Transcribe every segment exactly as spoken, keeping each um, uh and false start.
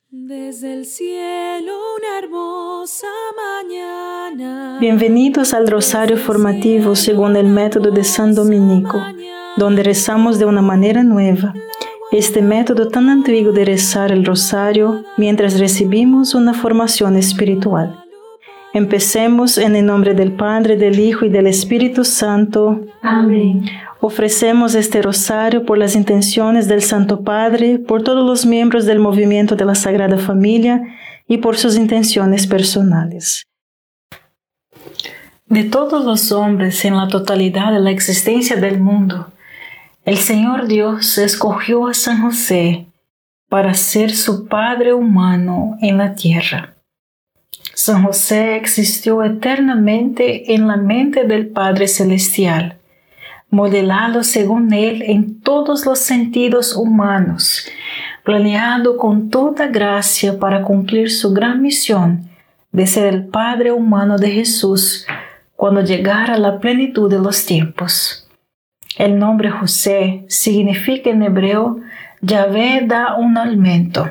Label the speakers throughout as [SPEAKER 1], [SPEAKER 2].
[SPEAKER 1] Desde el cielo una hermosa mañana.
[SPEAKER 2] Bienvenidos al Rosario Formativo según el método de San Dominico, donde rezamos de una manera nueva. Este método tan antiguo de rezar el Rosario mientras recibimos una formación espiritual. Empecemos en el nombre del Padre, del Hijo y del Espíritu Santo.
[SPEAKER 3] Amén.
[SPEAKER 2] Ofrecemos este rosario por las intenciones del Santo Padre, por todos los miembros del movimiento de la Sagrada Familia y por sus intenciones personales. De todos los hombres en la totalidad de la existencia del mundo, el Señor Dios escogió a San José para ser su Padre humano en la tierra. San José existió eternamente en la mente del Padre Celestial, modelado según él en todos los sentidos humanos, planeado con toda gracia para cumplir su gran misión de ser el Padre humano de Jesús cuando llegara la plenitud de los tiempos. El nombre José significa en hebreo Yahvé da un alimento.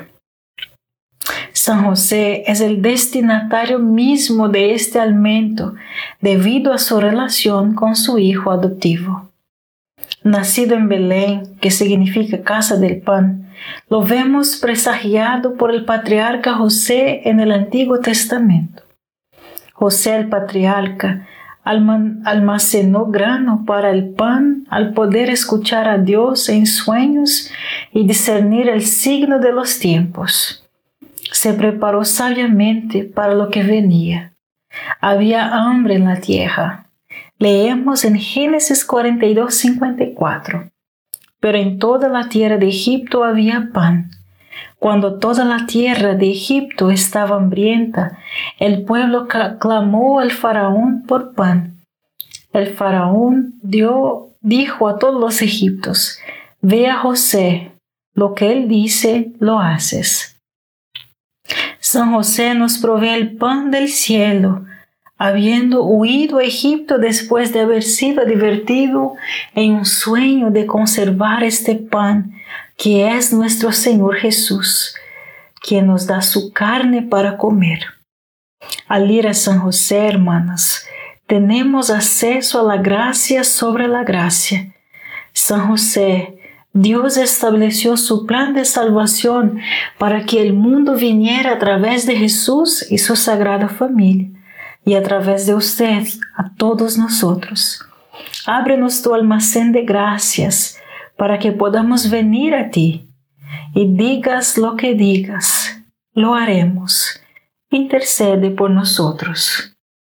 [SPEAKER 2] San José es el destinatario mismo de este alimento debido a su relación con su hijo adoptivo. Nacido en Belén, que significa casa del pan, lo vemos presagiado por el patriarca José en el Antiguo Testamento. José el patriarca almacenó grano para el pan al poder escuchar a Dios en sueños y discernir el signo de los tiempos. Se preparó sabiamente para lo que venía. Había hambre en la tierra. Leemos en Génesis cuarenta y dos, cincuenta y cuatro. Pero en toda la tierra de Egipto había pan. Cuando toda la tierra de Egipto estaba hambrienta, el pueblo clamó al faraón por pan. El faraón dio, dijo a todos los egipcios: ve a José, lo que él dice, lo haces. San José nos provee el pan del cielo, habiendo huido a Egipto después de haber sido advertido en un sueño de conservar este pan, que es nuestro Señor Jesús, quien nos da su carne para comer. Al ir a San José, hermanas, tenemos acceso a la gracia sobre la gracia. San José, Dios estableció su plan de salvación para que el mundo viniera a través de Jesús y su Sagrada Familia, y a través de usted a todos nosotros. Ábrenos tu almacén de gracias para que podamos venir a ti, y digas lo que digas, lo haremos. Intercede por nosotros.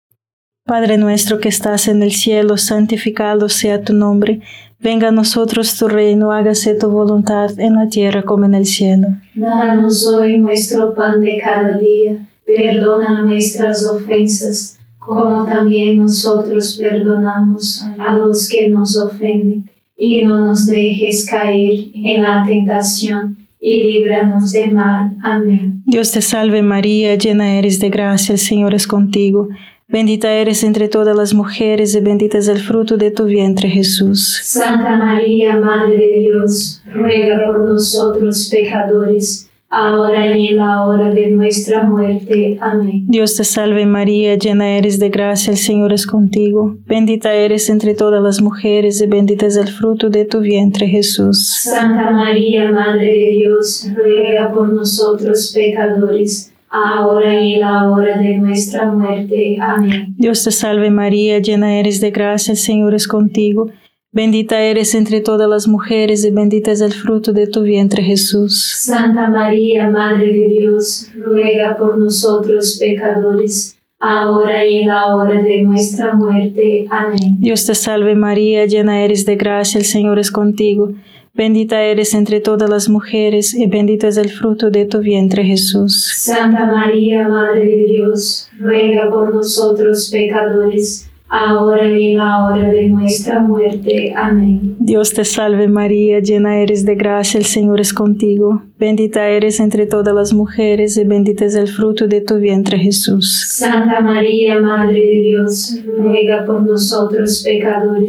[SPEAKER 2] Padre nuestro que estás en el cielo, santificado sea tu nombre. Venga a nosotros tu reino, hágase tu voluntad en la tierra como en el cielo.
[SPEAKER 3] Danos hoy nuestro pan de cada día. Perdona nuestras ofensas, como también nosotros perdonamos a los que nos ofenden. Y no nos dejes caer en la tentación, y líbranos del mal. Amén.
[SPEAKER 2] Dios te salve María, llena eres de gracia, el Señor es contigo. Bendita eres entre todas las mujeres y bendito es el fruto de tu vientre, Jesús.
[SPEAKER 3] Santa María, Madre de Dios, ruega por nosotros pecadores, ahora y en la hora de nuestra muerte. Amén.
[SPEAKER 2] Dios te salve María, llena eres de gracia, el Señor es contigo. Bendita eres entre todas las mujeres y bendito es el fruto de tu vientre, Jesús.
[SPEAKER 3] Santa María, Madre de Dios, ruega por nosotros pecadores, ahora y en la hora de nuestra muerte. Amén.
[SPEAKER 2] Dios te salve María, llena eres de gracia, el Señor es contigo. Bendita eres entre todas las mujeres y bendito es el fruto de tu vientre, Jesús.
[SPEAKER 3] Santa María, Madre de Dios, ruega por nosotros pecadores, ahora y en la hora de nuestra muerte. Amén.
[SPEAKER 2] Dios te salve María, llena eres de gracia, el Señor es contigo. Bendita eres entre todas las mujeres y bendito es el fruto de tu vientre, Jesús.
[SPEAKER 3] Santa María, Madre de Dios, ruega por nosotros pecadores, ahora y en la hora de nuestra muerte. Amén.
[SPEAKER 2] Dios te salve María, llena eres de gracia, el Señor es contigo. Bendita eres entre todas las mujeres y bendito es el fruto de tu vientre, Jesús.
[SPEAKER 3] Santa María, Madre de Dios, ruega por nosotros pecadores,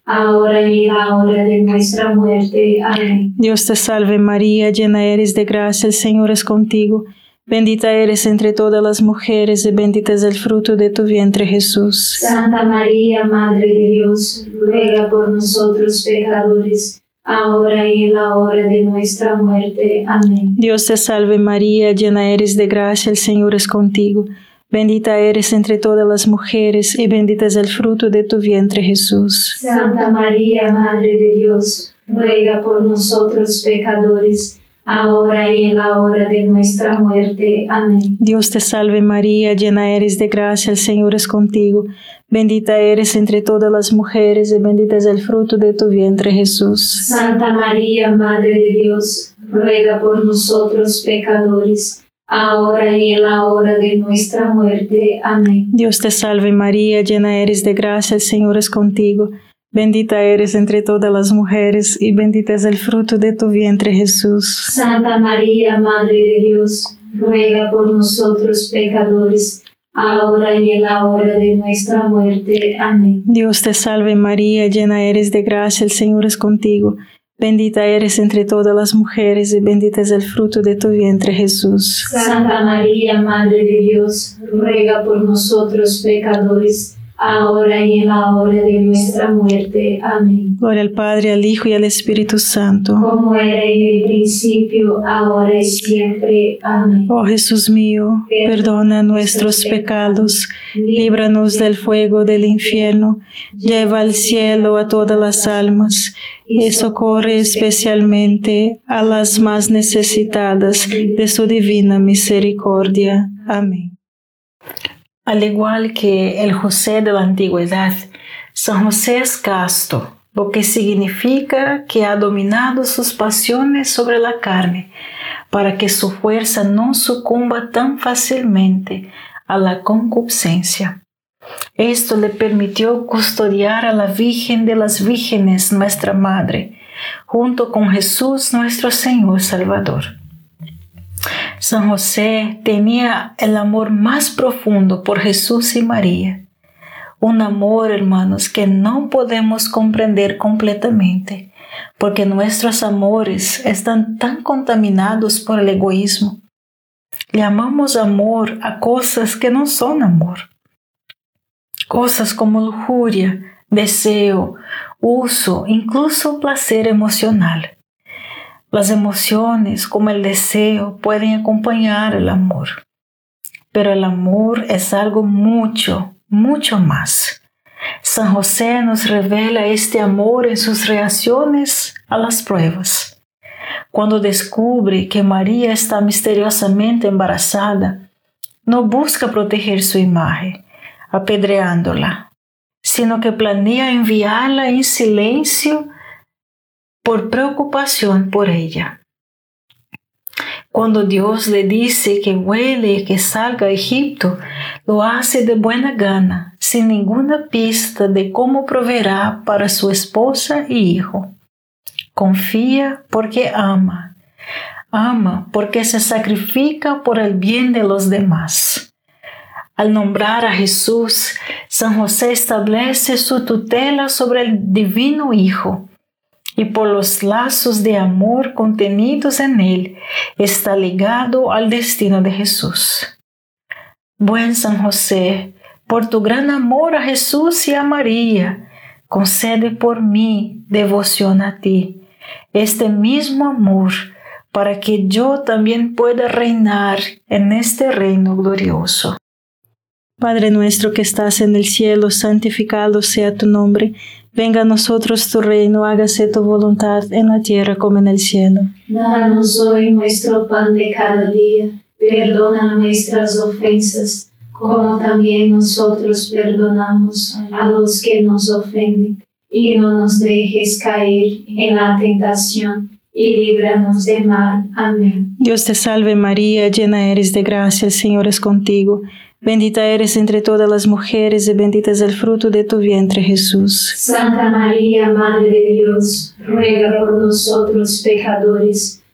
[SPEAKER 3] ahora y en la hora de nuestra muerte. Amén.
[SPEAKER 2] Dios te salve María, llena eres de gracia, el Señor es contigo. Bendita eres entre todas las mujeres y bendito es el fruto de tu vientre Jesús.
[SPEAKER 3] Santa María, Madre de Dios, ruega por nosotros pecadores, ahora y en la hora de nuestra muerte. Amén.
[SPEAKER 2] Dios te salve María, llena eres de gracia, el Señor es contigo. Bendita eres entre todas las mujeres y bendito es el fruto de tu vientre Jesús.
[SPEAKER 3] Santa María, Madre de Dios, ruega por nosotros pecadores, ahora y en la hora de nuestra muerte. Amén.
[SPEAKER 2] Dios te salve María, llena eres de gracia, el Señor es contigo. Bendita eres entre todas las mujeres y bendito es el fruto de tu vientre Jesús.
[SPEAKER 3] Santa María, Madre de Dios, ruega por nosotros pecadores, ahora y en la hora de nuestra muerte. Amén.
[SPEAKER 2] Dios te salve María, llena eres de gracia, el Señor es contigo. Bendita eres entre todas las mujeres y bendito es el fruto de tu vientre Jesús.
[SPEAKER 3] Santa María, Madre de Dios, ruega por nosotros pecadores, ahora y en la hora de nuestra muerte. Amén.
[SPEAKER 2] Dios te salve María, llena eres de gracia, el Señor es contigo. Bendita eres entre todas las mujeres y bendito es el fruto de tu vientre Jesús.
[SPEAKER 3] Santa María, Madre de Dios, ruega por nosotros pecadores, ahora y en la hora de nuestra muerte. Amén.
[SPEAKER 2] Gloria al Padre, al Hijo y al Espíritu Santo.
[SPEAKER 3] Como era en el principio, ahora y siempre. Amén.
[SPEAKER 2] Oh Jesús mío, perdona nuestros pecados, líbranos del fuego del infierno, lleva al cielo a todas las almas y socorre especialmente a las más necesitadas de su divina misericordia. Amén. Al igual que el José de la antigüedad, San José es casto, lo que significa que ha dominado sus pasiones sobre la carne, para que su fuerza no sucumba tan fácilmente a la concupiscencia. Esto le permitió custodiar a la Virgen de las Vírgenes, nuestra Madre, junto con Jesús nuestro Señor Salvador. San José tenía el amor más profundo por Jesús y María. Un amor, hermanos, que no podemos comprender completamente, porque nuestros amores están tan contaminados por el egoísmo. Llamamos amor a cosas que no son amor. Cosas como lujuria, deseo, uso, incluso placer emocional. Las emociones, como el deseo, pueden acompañar el amor. Pero el amor es algo mucho, mucho más. San José nos revela este amor en sus reacciones a las pruebas. Cuando descubre que María está misteriosamente embarazada, no busca proteger su imagen, apedreándola, sino que planea enviarla en silencio por preocupación por ella. Cuando Dios le dice que huele y que salga a Egipto, lo hace de buena gana, sin ninguna pista de cómo proveerá para su esposa y hijo. Confía porque ama. Ama porque se sacrifica por el bien de los demás. Al nombrar a Jesús, San José establece su tutela sobre el divino Hijo, y por los lazos de amor contenidos en él, está ligado al destino de Jesús. Buen San José, por tu gran amor a Jesús y a María, concede por mí devoción a ti, este mismo amor, para que yo también pueda reinar en este reino glorioso. Padre nuestro que estás en el cielo, santificado sea tu nombre. Venga a nosotros tu reino, hágase tu voluntad en la tierra como en el cielo.
[SPEAKER 3] Danos hoy nuestro pan de cada día. Perdona nuestras ofensas, como también nosotros perdonamos a los que nos ofenden. Y no nos dejes caer en la tentación, y líbranos del mal. Amén.
[SPEAKER 2] Dios te salve María, llena eres de gracia, el Señor es contigo. Bendita eres entre todas las mujeres y bendito es el fruto de tu vientre Jesús.
[SPEAKER 3] Santa María, Madre de Dios, ruega por nosotros pecadores,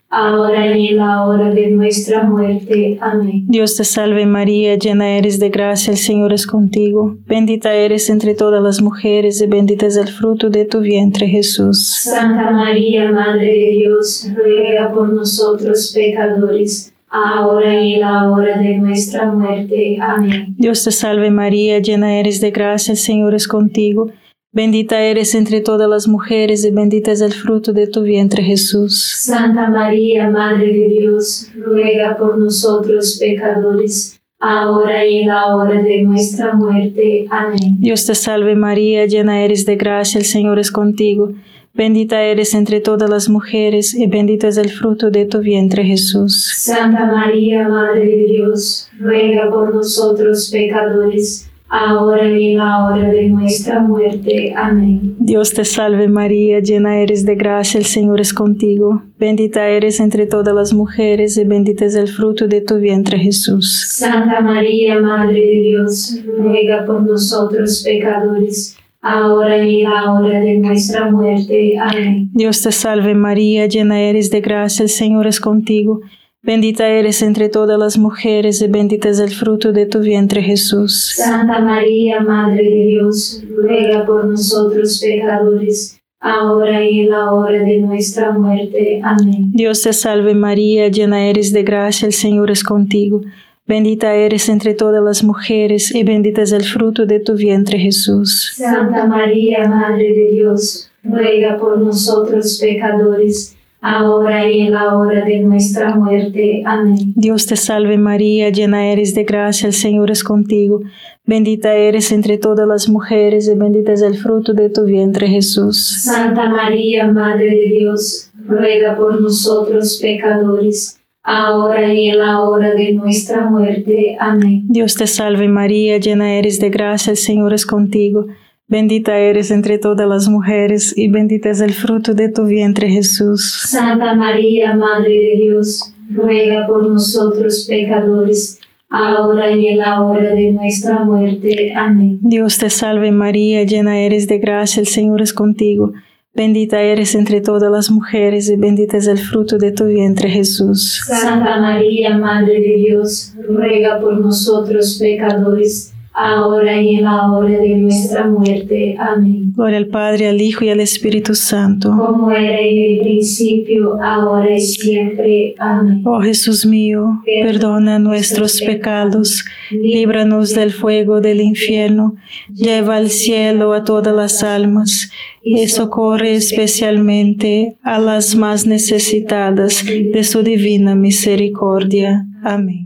[SPEAKER 3] ahora y en la hora de nuestra muerte. Amén.
[SPEAKER 2] Dios te salve María, llena eres de gracia, el Señor es contigo. Bendita eres entre todas las mujeres y bendito es el fruto de tu vientre, Jesús.
[SPEAKER 3] Santa María, Madre de Dios, ruega por nosotros pecadores, ahora y en la hora de nuestra muerte. Amén.
[SPEAKER 2] Dios te salve María, llena eres de gracia, el Señor es contigo. Bendita eres entre todas las mujeres y bendito es el fruto de tu vientre, Jesús.
[SPEAKER 3] Santa María, Madre de Dios, ruega por nosotros pecadores, ahora y en la hora de nuestra muerte. Amén.
[SPEAKER 2] Dios te salve María, llena eres de gracia, el Señor es contigo. Bendita eres entre todas las mujeres y bendito es el fruto de tu vientre, Jesús.
[SPEAKER 3] Santa María, Madre de Dios, ruega por nosotros pecadores, ahora y en la hora de nuestra muerte. Amén.
[SPEAKER 2] Dios te salve María, llena eres de gracia, el Señor es contigo. Bendita eres entre todas las mujeres y bendito es el fruto de tu vientre, Jesús.
[SPEAKER 3] Santa María, Madre de Dios, ruega por nosotros pecadores, ahora y en la hora de nuestra muerte. Amén.
[SPEAKER 2] Dios te salve María, llena eres de gracia, el Señor es contigo. Bendita eres entre todas las mujeres y bendito es el fruto de tu vientre, Jesús.
[SPEAKER 3] Santa María, Madre de Dios, ruega por nosotros pecadores, ahora y en la hora de nuestra muerte. Amén.
[SPEAKER 2] Dios te salve María, llena eres de gracia, el Señor es contigo. Bendita eres entre todas las mujeres y bendito es el fruto de tu vientre, Jesús.
[SPEAKER 3] Santa María, Madre de Dios, ruega por nosotros pecadores, ahora y en la hora de nuestra muerte. Amén.
[SPEAKER 2] Dios te salve María, llena eres de gracia, el Señor es contigo. Bendita eres entre todas las mujeres y bendito es el fruto de tu vientre, Jesús.
[SPEAKER 3] Santa María, Madre de Dios, ruega por nosotros pecadores, ahora y en la hora de nuestra muerte. Amén.
[SPEAKER 2] Dios te salve María, llena eres de gracia, el Señor es contigo. Bendita eres entre todas las mujeres y bendito es el fruto de tu vientre, Jesús.
[SPEAKER 3] Santa María, Madre de Dios, ruega por nosotros pecadores, ahora y en la hora de nuestra muerte. Amén.
[SPEAKER 2] Dios te salve María, llena eres de gracia, el Señor es contigo. Bendita eres entre todas las mujeres y bendito es el fruto de tu vientre, Jesús.
[SPEAKER 3] Santa María, Madre de Dios, ruega por nosotros pecadores, ahora y en la hora de nuestra muerte. Amén.
[SPEAKER 2] Gloria al Padre, al Hijo y al Espíritu Santo.
[SPEAKER 3] Como era en el principio, ahora y siempre. Amén.
[SPEAKER 2] Oh Jesús mío, perdona nuestros pecados, líbranos del fuego del infierno, lleva al cielo a todas las almas y socorre especialmente a las más necesitadas de su divina misericordia. Amén.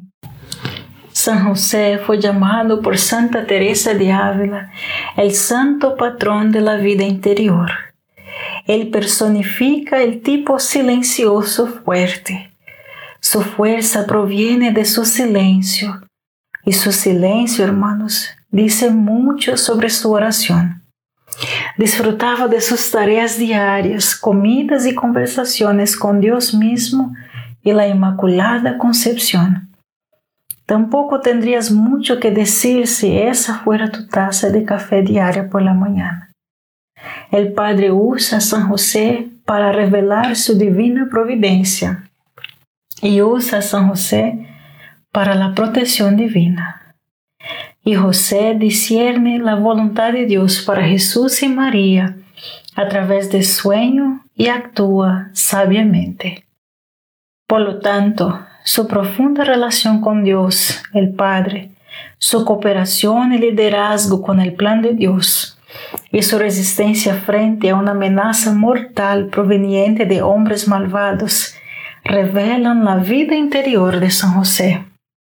[SPEAKER 2] San José fue llamado por Santa Teresa de Ávila el santo patrón de la vida interior. Él personifica el tipo silencioso fuerte. Su fuerza proviene de su silencio. Y su silencio, hermanos, dice mucho sobre su oración. Disfrutaba de sus tareas diarias, comidas y conversaciones con Dios mismo y la Inmaculada Concepción. Tampoco tendrías mucho que decir si esa fuera tu taza de café diaria por la mañana. El Padre usa a San José para revelar su divina providencia y usa a San José para la protección divina. Y José discierne la voluntad de Dios para Jesús y María a través del sueño y actúa sabiamente. Por lo tanto, su profunda relación con Dios, el Padre, su cooperación y liderazgo con el plan de Dios y su resistencia frente a una amenaza mortal proveniente de hombres malvados revelan la vida interior de San José.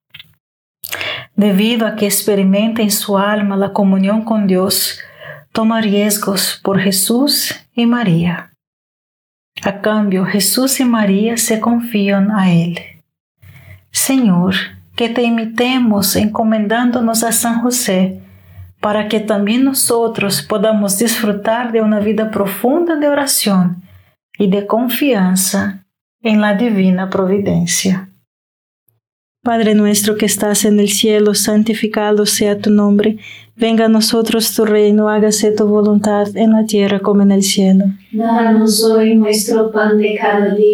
[SPEAKER 2] Debido a que experimenta en su alma la comunión con Dios, toma riesgos por Jesús y María. A cambio, Jesús y María se confían a Él. Señor, que te imitemos encomendándonos a San José, para que también nosotros podamos disfrutar de una vida profunda de oración y de confianza en la divina providencia. Padre nuestro que estás en el cielo, santificado sea tu nombre. Venga a nosotros tu reino, hágase tu voluntad en la tierra como en el cielo.
[SPEAKER 3] Danos hoy nuestro pan de cada día.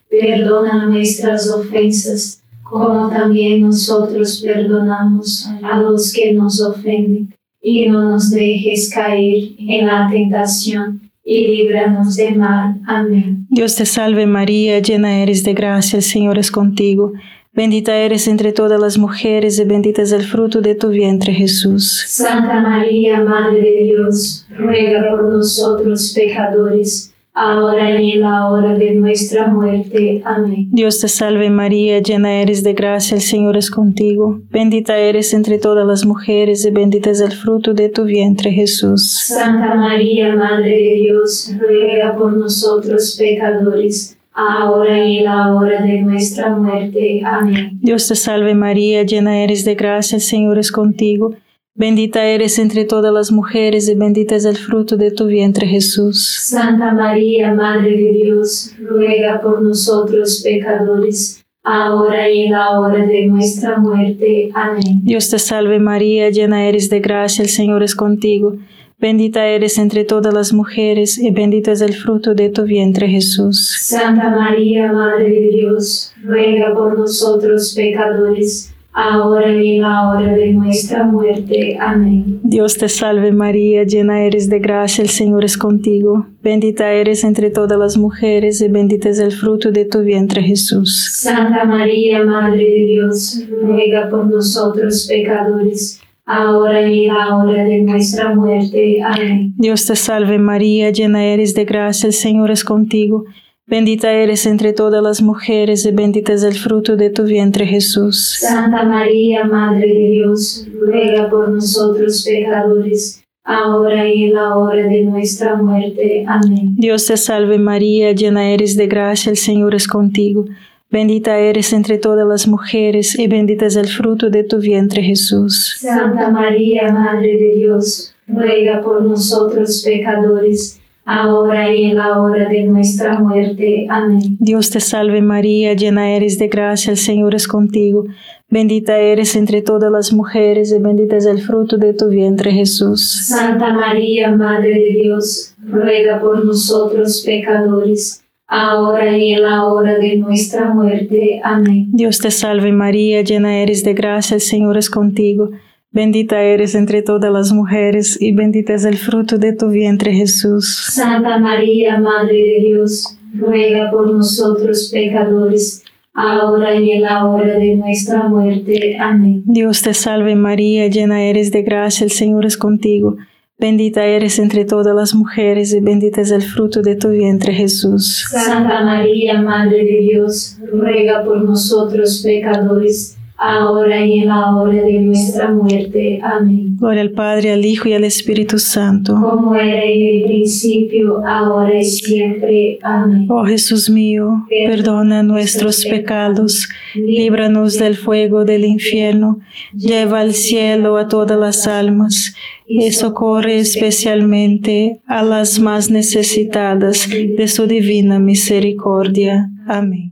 [SPEAKER 3] perdona nuestras ofensas, como también nosotros perdonamos a los que nos ofenden. Y no nos dejes caer en la tentación, y líbranos del mal. Amén.
[SPEAKER 2] Dios te salve María, llena eres de gracia, el Señor es contigo. Bendita eres entre todas las mujeres y bendito es el fruto de tu vientre, Jesús.
[SPEAKER 3] Santa María, Madre de Dios, ruega por nosotros pecadores, ahora y en la hora de nuestra muerte. Amén.
[SPEAKER 2] Dios te salve María, llena eres de gracia, el Señor es contigo. Bendita eres entre todas las mujeres y bendito es el fruto de tu vientre, Jesús.
[SPEAKER 3] Santa María, Madre de Dios, ruega por nosotros pecadores, ahora y en la hora de nuestra muerte. Amén.
[SPEAKER 2] Dios te salve María, llena eres de gracia, el Señor es contigo. Bendita eres entre todas las mujeres y bendito es el fruto de tu vientre, Jesús.
[SPEAKER 3] Santa María, Madre de Dios, ruega por nosotros pecadores, ahora y en la hora de nuestra muerte. Amén.
[SPEAKER 2] Dios te salve María, llena eres de gracia, el Señor es contigo. Bendita eres entre todas las mujeres y bendito es el fruto de tu vientre, Jesús.
[SPEAKER 3] Santa María, Madre de Dios, ruega por nosotros pecadores, ahora y en la hora de nuestra muerte. Amén.
[SPEAKER 2] Dios te salve María, llena eres de gracia, el Señor es contigo. Bendita eres entre todas las mujeres y bendito es el fruto de tu vientre, Jesús.
[SPEAKER 3] Santa María, Madre de Dios, ruega por nosotros pecadores, ahora y en la hora de nuestra muerte. Amén.
[SPEAKER 2] Dios te salve María, llena eres de gracia, el Señor es contigo. Bendita eres entre todas las mujeres y bendito es el fruto de tu vientre, Jesús.
[SPEAKER 3] Santa María, Madre de Dios, ruega por nosotros pecadores, ahora y en la hora de nuestra muerte. Amén.
[SPEAKER 2] Dios te salve María, llena eres de gracia, el Señor es contigo. Bendita eres entre todas las mujeres y bendito es el fruto de tu vientre, Jesús.
[SPEAKER 3] Santa María, Madre de Dios, ruega por nosotros pecadores, ahora y en la hora de nuestra muerte. Amén.
[SPEAKER 2] Dios te salve María, llena eres de gracia, el Señor es contigo. Bendita eres entre todas las mujeres y bendito es el fruto de tu vientre, Jesús.
[SPEAKER 3] Santa María, Madre de Dios, ruega por nosotros pecadores, ahora y en la hora de nuestra muerte. Amén.
[SPEAKER 2] Dios te salve María, llena eres de gracia, el Señor es contigo. Bendita eres entre todas las mujeres y bendito es el fruto de tu vientre, Jesús.
[SPEAKER 3] Santa María, Madre de Dios, ruega por nosotros pecadores, ahora y en la hora de nuestra muerte. Amén.
[SPEAKER 2] Dios te salve María, llena eres de gracia, el Señor es contigo. Bendita eres entre todas las mujeres y bendito es el fruto de tu vientre, Jesús.
[SPEAKER 3] Santa María, Madre de Dios, ruega por nosotros pecadores, ahora y en la hora de nuestra muerte. Amén.
[SPEAKER 2] Gloria al Padre, al Hijo y al Espíritu Santo.
[SPEAKER 3] Como era en el principio, ahora y siempre. Amén.
[SPEAKER 2] Oh Jesús mío, perdona nuestros pecados, líbranos del fuego del infierno, lleva al cielo a todas las almas y socorre especialmente a las más necesitadas de su divina misericordia. Amén.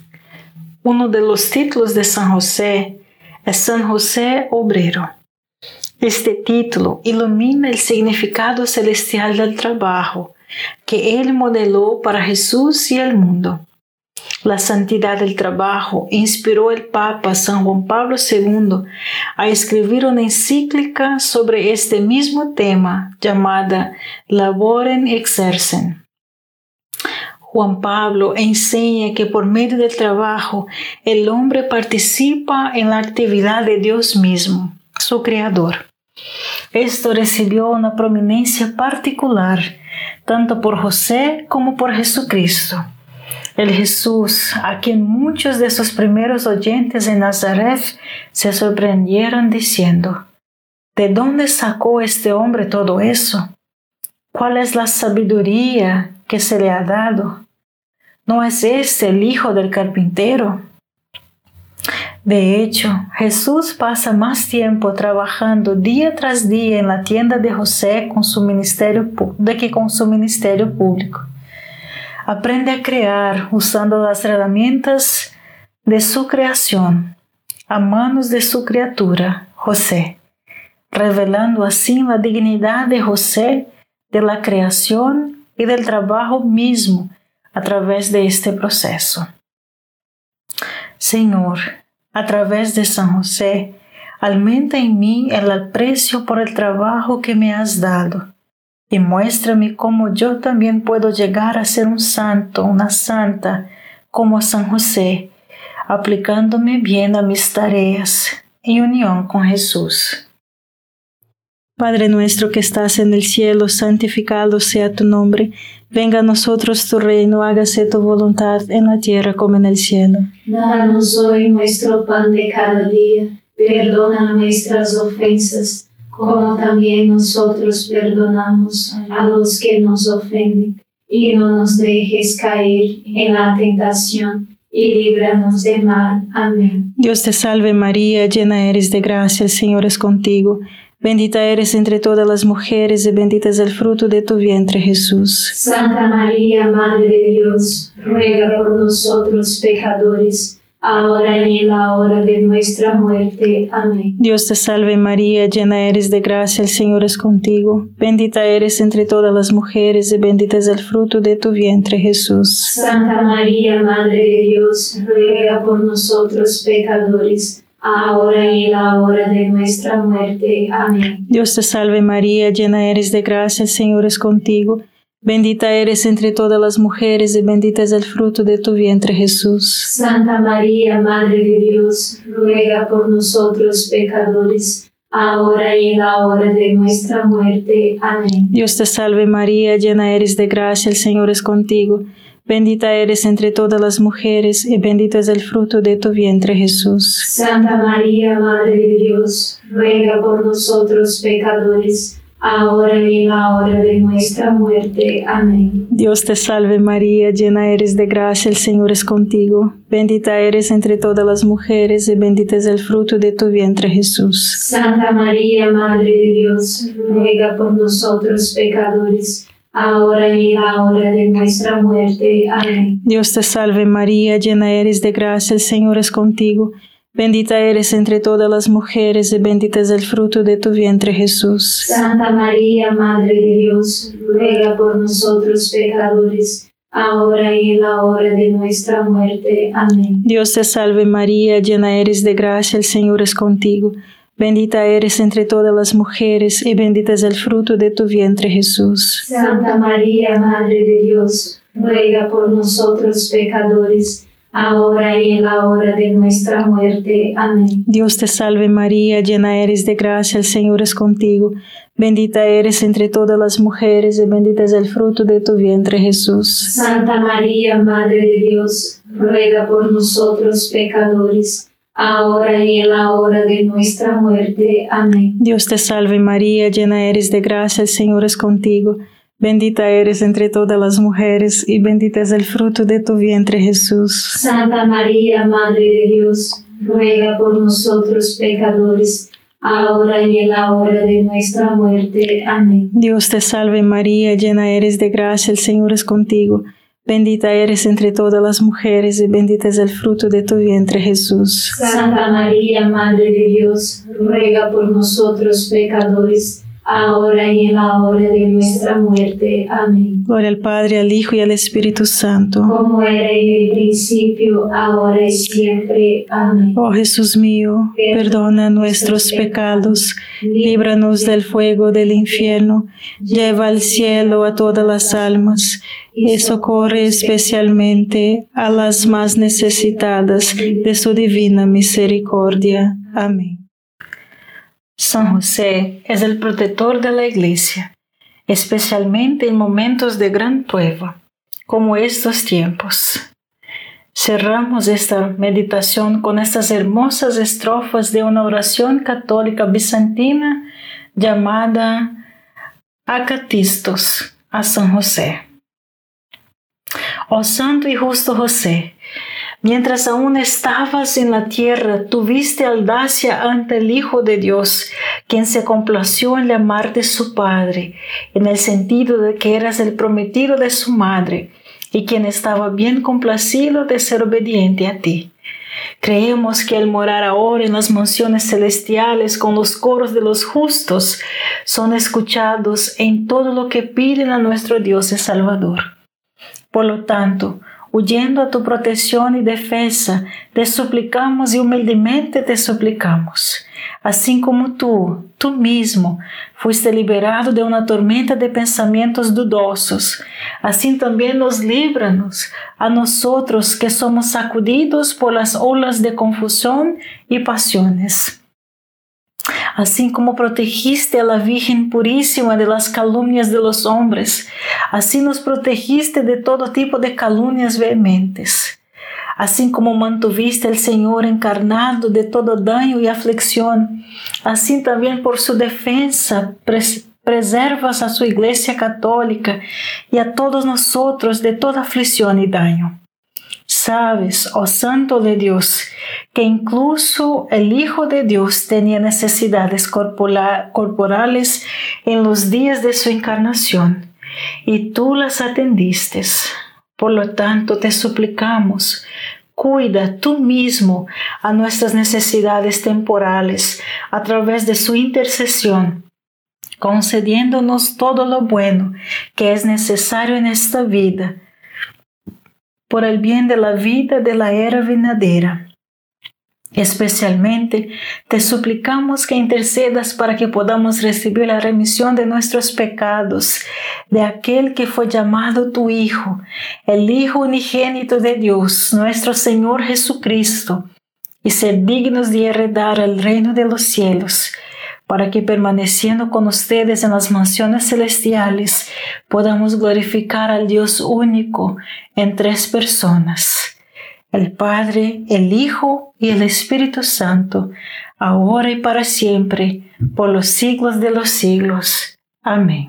[SPEAKER 2] Uno de los títulos de San José es San José Obrero. Este título ilumina el significado celestial del trabajo que él modeló para Jesús y el mundo. La santidad del trabajo inspiró al Papa San Juan Pablo segundo a escribir una encíclica sobre este mismo tema llamada Laborem Exercens. Juan Pablo enseña que por medio del trabajo el hombre participa en la actividad de Dios mismo, su Creador. Esto recibió una prominencia particular, tanto por José como por Jesucristo. El Jesús, a quien muchos de sus primeros oyentes en Nazaret se sorprendieron diciendo: ¿de dónde sacó este hombre todo eso? ¿Cuál es la sabiduría que se le ha dado? ¿No es este el hijo del carpintero? De hecho, Jesús pasa más tiempo trabajando día tras día en la tienda de José con su ministerio, de que con su ministerio público. Aprende a crear usando las herramientas de su creación, a manos de su criatura, José, revelando así la dignidad de José, de la creación y del trabajo mismo a través de este proceso. Señor, a través de San José, aumenta en mí el aprecio por el trabajo que me has dado y muéstrame cómo yo también puedo llegar a ser un santo, una santa, como San José, aplicándome bien a mis tareas en unión con Jesús.
[SPEAKER 1] Padre nuestro que estás en el cielo, santificado sea tu nombre. Venga a nosotros tu reino, hágase tu voluntad en la tierra como en el cielo.
[SPEAKER 3] Danos hoy nuestro pan de cada día. Perdona nuestras ofensas, como también nosotros perdonamos a los que nos ofenden. Y no nos dejes caer en la tentación, y líbranos del mal. Amén.
[SPEAKER 1] Dios te salve María, llena eres de gracia, el Señor es contigo. Bendita eres entre todas las mujeres y bendito es el fruto de tu vientre, Jesús.
[SPEAKER 3] Santa María, Madre de Dios, ruega por nosotros pecadores, ahora y en la hora de nuestra muerte. Amén.
[SPEAKER 1] Dios te salve María, llena eres de gracia, el Señor es contigo. Bendita eres entre todas las mujeres y bendito es el fruto de tu vientre, Jesús.
[SPEAKER 3] Santa María, Madre de Dios, ruega por nosotros pecadores, ahora y en la hora de nuestra muerte. Amén.
[SPEAKER 1] Dios te salve María, llena eres de gracia, el Señor es contigo. Bendita eres entre todas las mujeres y bendito es el fruto de tu vientre, Jesús.
[SPEAKER 3] Santa María, Madre de Dios, ruega por nosotros pecadores, ahora y en la hora de nuestra muerte. Amén.
[SPEAKER 1] Dios te salve María, llena eres de gracia, el Señor es contigo. Bendita eres entre todas las mujeres y bendito es el fruto de tu vientre, Jesús.
[SPEAKER 3] Santa María, Madre de Dios, ruega por nosotros pecadores, ahora y en la hora de nuestra muerte. Amén.
[SPEAKER 1] Dios te salve María, llena eres de gracia, el Señor es contigo. Bendita eres entre todas las mujeres y bendito es el fruto de tu vientre, Jesús.
[SPEAKER 3] Santa María, Madre de Dios, ruega por nosotros pecadores, ahora y en la hora de nuestra muerte. Amén.
[SPEAKER 1] Dios te salve María, llena eres de gracia, el Señor es contigo. Bendita eres entre todas las mujeres y bendito es el fruto de tu vientre, Jesús.
[SPEAKER 3] Santa María, Madre de Dios, ruega por nosotros pecadores, ahora y en la hora de nuestra muerte. Amén.
[SPEAKER 1] Dios te salve María, llena eres de gracia, el Señor es contigo. Bendita eres entre todas las mujeres y bendito es el fruto de tu vientre, Jesús.
[SPEAKER 3] Santa María, Madre de Dios, ruega por nosotros pecadores, ahora y en la hora de nuestra muerte. Amén.
[SPEAKER 1] Dios te salve María, llena eres de gracia, el Señor es contigo. Bendita eres entre todas las mujeres y bendito es el fruto de tu vientre, Jesús.
[SPEAKER 3] Santa María, Madre de Dios, ruega por nosotros pecadores, ahora y en la hora de nuestra muerte. Amén.
[SPEAKER 1] Dios te salve María, llena eres de gracia, el Señor es contigo. Bendita eres entre todas las mujeres y bendito es el fruto de tu vientre, Jesús.
[SPEAKER 3] Santa María, Madre de Dios, ruega por nosotros pecadores, ahora y en la hora de nuestra muerte. Amén.
[SPEAKER 1] Dios te salve María, llena eres de gracia, el Señor es contigo. Bendita eres entre todas las mujeres y bendito es el fruto de tu vientre, Jesús.
[SPEAKER 3] Santa María, Madre de Dios, ruega por nosotros pecadores, ahora y en la hora de nuestra muerte. Amén.
[SPEAKER 1] Gloria al Padre, al Hijo y al Espíritu Santo.
[SPEAKER 3] Como era en el principio, ahora y siempre. Amén.
[SPEAKER 1] Oh Jesús mío, perdona nuestros pecados, líbranos del fuego del infierno, lleva al cielo a todas las almas y socorre especialmente a las más necesitadas de su divina misericordia. Amén.
[SPEAKER 2] San José es el protector de la Iglesia, especialmente en momentos de gran prueba, como estos tiempos. Cerramos esta meditación con estas hermosas estrofas de una oración católica bizantina llamada Acatistos a San José. Oh Santo y Justo José, mientras aún estabas en la tierra, tuviste audacia ante el Hijo de Dios, quien se complació en llamarte su Padre, en el sentido de que eras el prometido de su madre, y quien estaba bien complacido de ser obediente a ti. Creemos que el morar ahora en las mansiones celestiales con los coros de los justos son escuchados en todo lo que piden a nuestro Dios y Salvador. Por lo tanto, huyendo a tu protección y defensa, te suplicamos y humildemente te suplicamos. Así como tú, tú mismo, fuiste liberado de una tormenta de pensamientos dudosos, así también nos líbranos a nosotros que somos sacudidos por las olas de confusión y pasiones. Así como protegiste a la Virgen Purísima de las calumnias de los hombres, así nos protegiste de todo tipo de calumnias vehementes. Así como mantuviste al Señor encarnado de todo daño y aflicción, así también por su defensa pres preservas a su Iglesia Católica y a todos nosotros de toda aflicción y daño. Sabes, oh Santo de Dios, que incluso el Hijo de Dios tenía necesidades corpora corporales en los días de su encarnación, y tú las atendiste. Por lo tanto, te suplicamos, cuida tú mismo a nuestras necesidades temporales a través de su intercesión, concediéndonos todo lo bueno que es necesario en esta vida, por el bien de la vida de la era venidera. Especialmente, te suplicamos que intercedas para que podamos recibir la remisión de nuestros pecados, de aquel que fue llamado tu Hijo, el Hijo unigénito de Dios, nuestro Señor Jesucristo, y ser dignos de heredar el reino de los cielos, para que permaneciendo con ustedes en las mansiones celestiales, podamos glorificar al Dios único en tres personas, el Padre, el Hijo y el Espíritu Santo, ahora y para siempre, por los siglos de los siglos. Amén.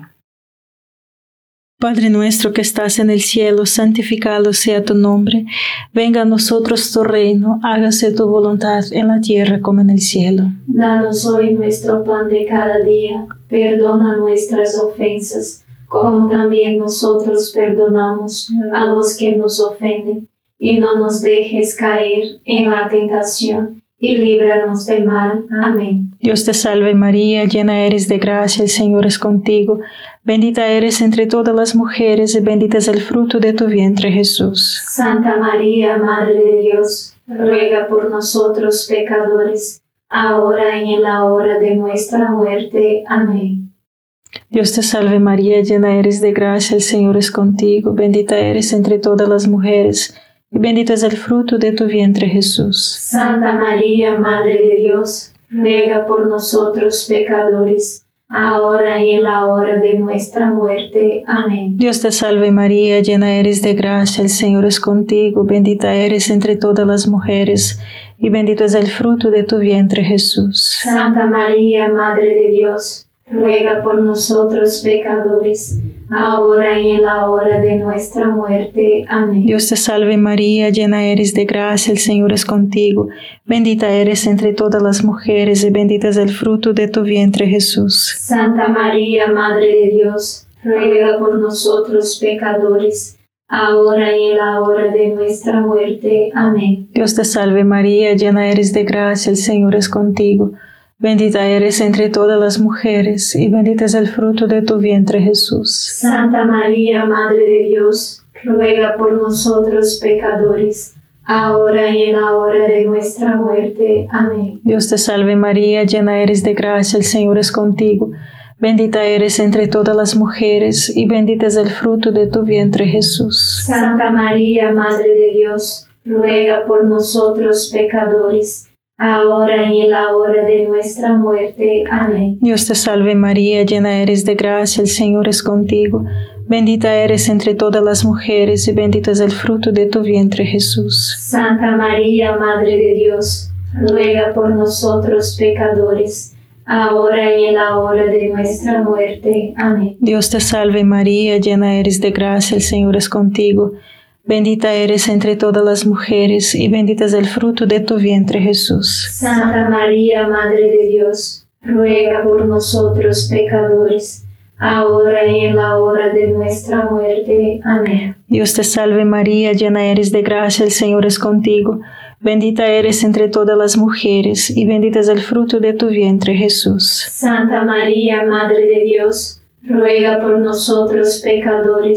[SPEAKER 1] Padre nuestro que estás en el cielo, santificado sea tu nombre. Venga a nosotros tu reino, hágase tu voluntad en la tierra como en el cielo.
[SPEAKER 3] Danos hoy nuestro pan de cada día, perdona nuestras ofensas, como también nosotros perdonamos a los que nos ofenden. Y no nos dejes caer en la tentación, y líbranos del mal. Amén.
[SPEAKER 1] Dios te salve María, llena eres de gracia, el Señor es contigo. Bendita eres entre todas las mujeres, y bendito es el fruto de tu vientre, Jesús.
[SPEAKER 3] Santa María, Madre de Dios, ruega por nosotros pecadores, ahora y en la hora de nuestra muerte. Amén.
[SPEAKER 1] Dios te salve María, llena eres de gracia, el Señor es contigo. Bendita eres entre todas las mujeres, y bendito es el fruto de tu vientre, Jesús.
[SPEAKER 3] Santa María, Madre de Dios, ruega por nosotros pecadores, ahora y en la hora de nuestra muerte. Amén.
[SPEAKER 1] Dios te salve María, llena eres de gracia, el Señor es contigo. Bendita eres entre todas las mujeres, y bendito es el fruto de tu vientre, Jesús.
[SPEAKER 3] Santa María, Madre de Dios, ruega por nosotros pecadores, ahora y en la hora de nuestra muerte. Amén.
[SPEAKER 1] Dios te salve María, llena eres de gracia, el Señor es contigo. Bendita eres entre todas las mujeres, y bendito es el fruto de tu vientre, Jesús.
[SPEAKER 3] Santa María, Madre de Dios, ruega por nosotros pecadores, ahora y en la hora de nuestra muerte. Amén.
[SPEAKER 1] Dios te salve María, llena eres de gracia, el Señor es contigo. Bendita eres entre todas las mujeres, y bendito es el fruto de tu vientre, Jesús.
[SPEAKER 3] Santa María, Madre de Dios, ruega por nosotros pecadores, ahora y en la hora de nuestra muerte. Amén.
[SPEAKER 1] Dios te salve María, llena eres de gracia, el Señor es contigo. Bendita eres entre todas las mujeres, y bendito es el fruto de tu vientre, Jesús.
[SPEAKER 3] Santa María, Madre de Dios, ruega por nosotros pecadores, ahora y en la hora de nuestra muerte. Amén.
[SPEAKER 1] Dios te salve María, llena eres de gracia, el Señor es contigo. Bendita eres entre todas las mujeres, y bendito es el fruto de tu vientre, Jesús.
[SPEAKER 3] Santa María, Madre de Dios, ruega por nosotros pecadores, ahora y en la hora de nuestra muerte. Amén.
[SPEAKER 1] Dios te salve María, llena eres de gracia, el Señor es contigo. Bendita eres entre todas las mujeres, y bendito es el fruto de tu vientre, Jesús.
[SPEAKER 3] Santa María, Madre de Dios, ruega por nosotros pecadores, ahora y en la hora de nuestra muerte. Amén.
[SPEAKER 1] Dios te salve María, llena eres de gracia, el Señor es contigo. Bendita eres entre todas las mujeres, y bendito es el fruto de tu vientre, Jesús.
[SPEAKER 3] Santa María, Madre de Dios, ruega por nosotros pecadores,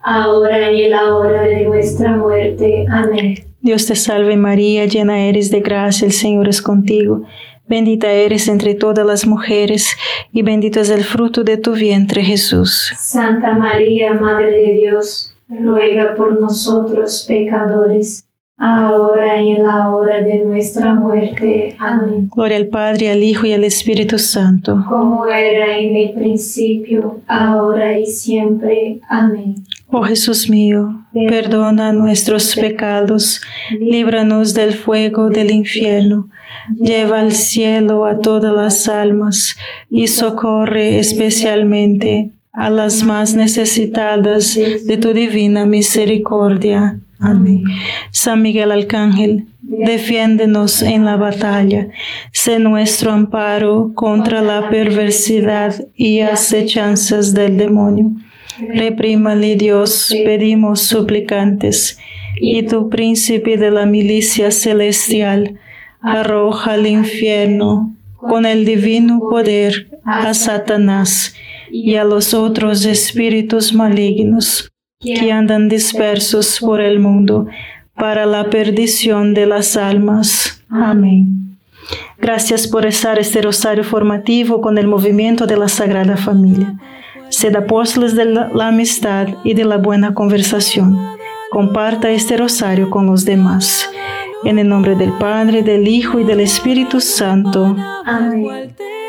[SPEAKER 3] ahora y en la hora de nuestra muerte. Amén.
[SPEAKER 1] Dios te salve María, llena eres de gracia, el Señor es contigo. Bendita eres entre todas las mujeres, y bendito es el fruto de tu vientre, Jesús.
[SPEAKER 3] Santa María, Madre de Dios, ruega por nosotros pecadores, ahora y en la hora de nuestra muerte. Amén.
[SPEAKER 1] Gloria al Padre, al Hijo y al Espíritu Santo.
[SPEAKER 3] Como era en el principio, ahora y siempre. Amén.
[SPEAKER 1] Oh Jesús mío, perdona nuestros pecados, líbranos del fuego del infierno, lleva al cielo a todas las almas y socorre especialmente a las más necesitadas de tu divina misericordia. Amén. San Miguel Arcángel, defiéndenos en la batalla, sé nuestro amparo contra la perversidad y acechanzas del demonio. Reprímale Dios, pedimos suplicantes, y tu príncipe de la milicia celestial, arroja al infierno con el divino poder a Satanás y a los otros espíritus malignos que andan dispersos por el mundo para la perdición de las almas. Amén. Gracias por rezar este rosario formativo con el movimiento de la Sagrada Familia. Sed apóstoles de la, la amistad y de la buena conversación. Comparta este rosario con los demás. En el nombre del Padre, del Hijo y del Espíritu Santo.
[SPEAKER 3] Amén.